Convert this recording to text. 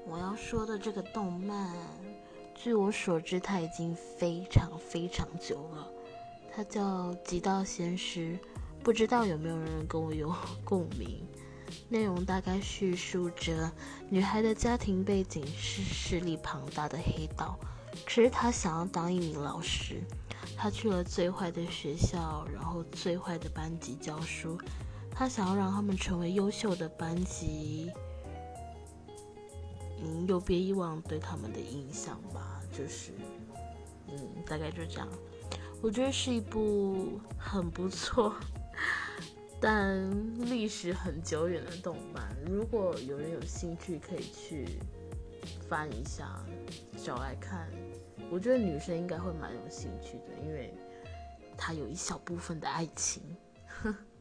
我要说的这个动漫，据我所知，它已经非常非常久了。它叫《极道鲜师》，不知道有没有人跟我有共鸣。内容大概叙述着女孩的家庭背景是势力庞大的黑道，可是她想要当一名老师，她去了最坏的学校，然后最坏的班级教书，她想要让他们成为优秀的班级，有别以往对他们的印象吧，就是大概就这样。我觉得是一部很不错但历史很久远的动漫，如果有人有兴趣可以去翻一下找来看，我觉得女生应该会蛮有兴趣的，因为它有一小部分的爱情